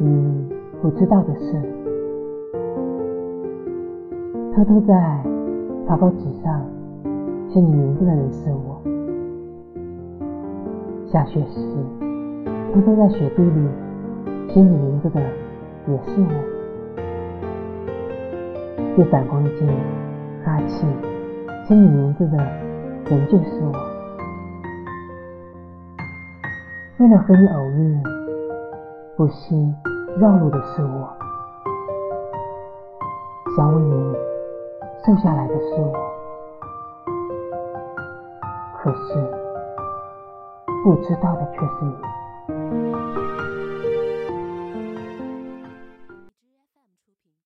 你不知道的是，偷偷在草稿纸上写你名字的人是我。下雪时，偷偷在雪地里写你名字的也是我。借反光镜、哈气写你名字的仍旧是我。为了和你偶遇，不惜绕路的是我。想为你瘦下来的是我。可是不知道的却是你。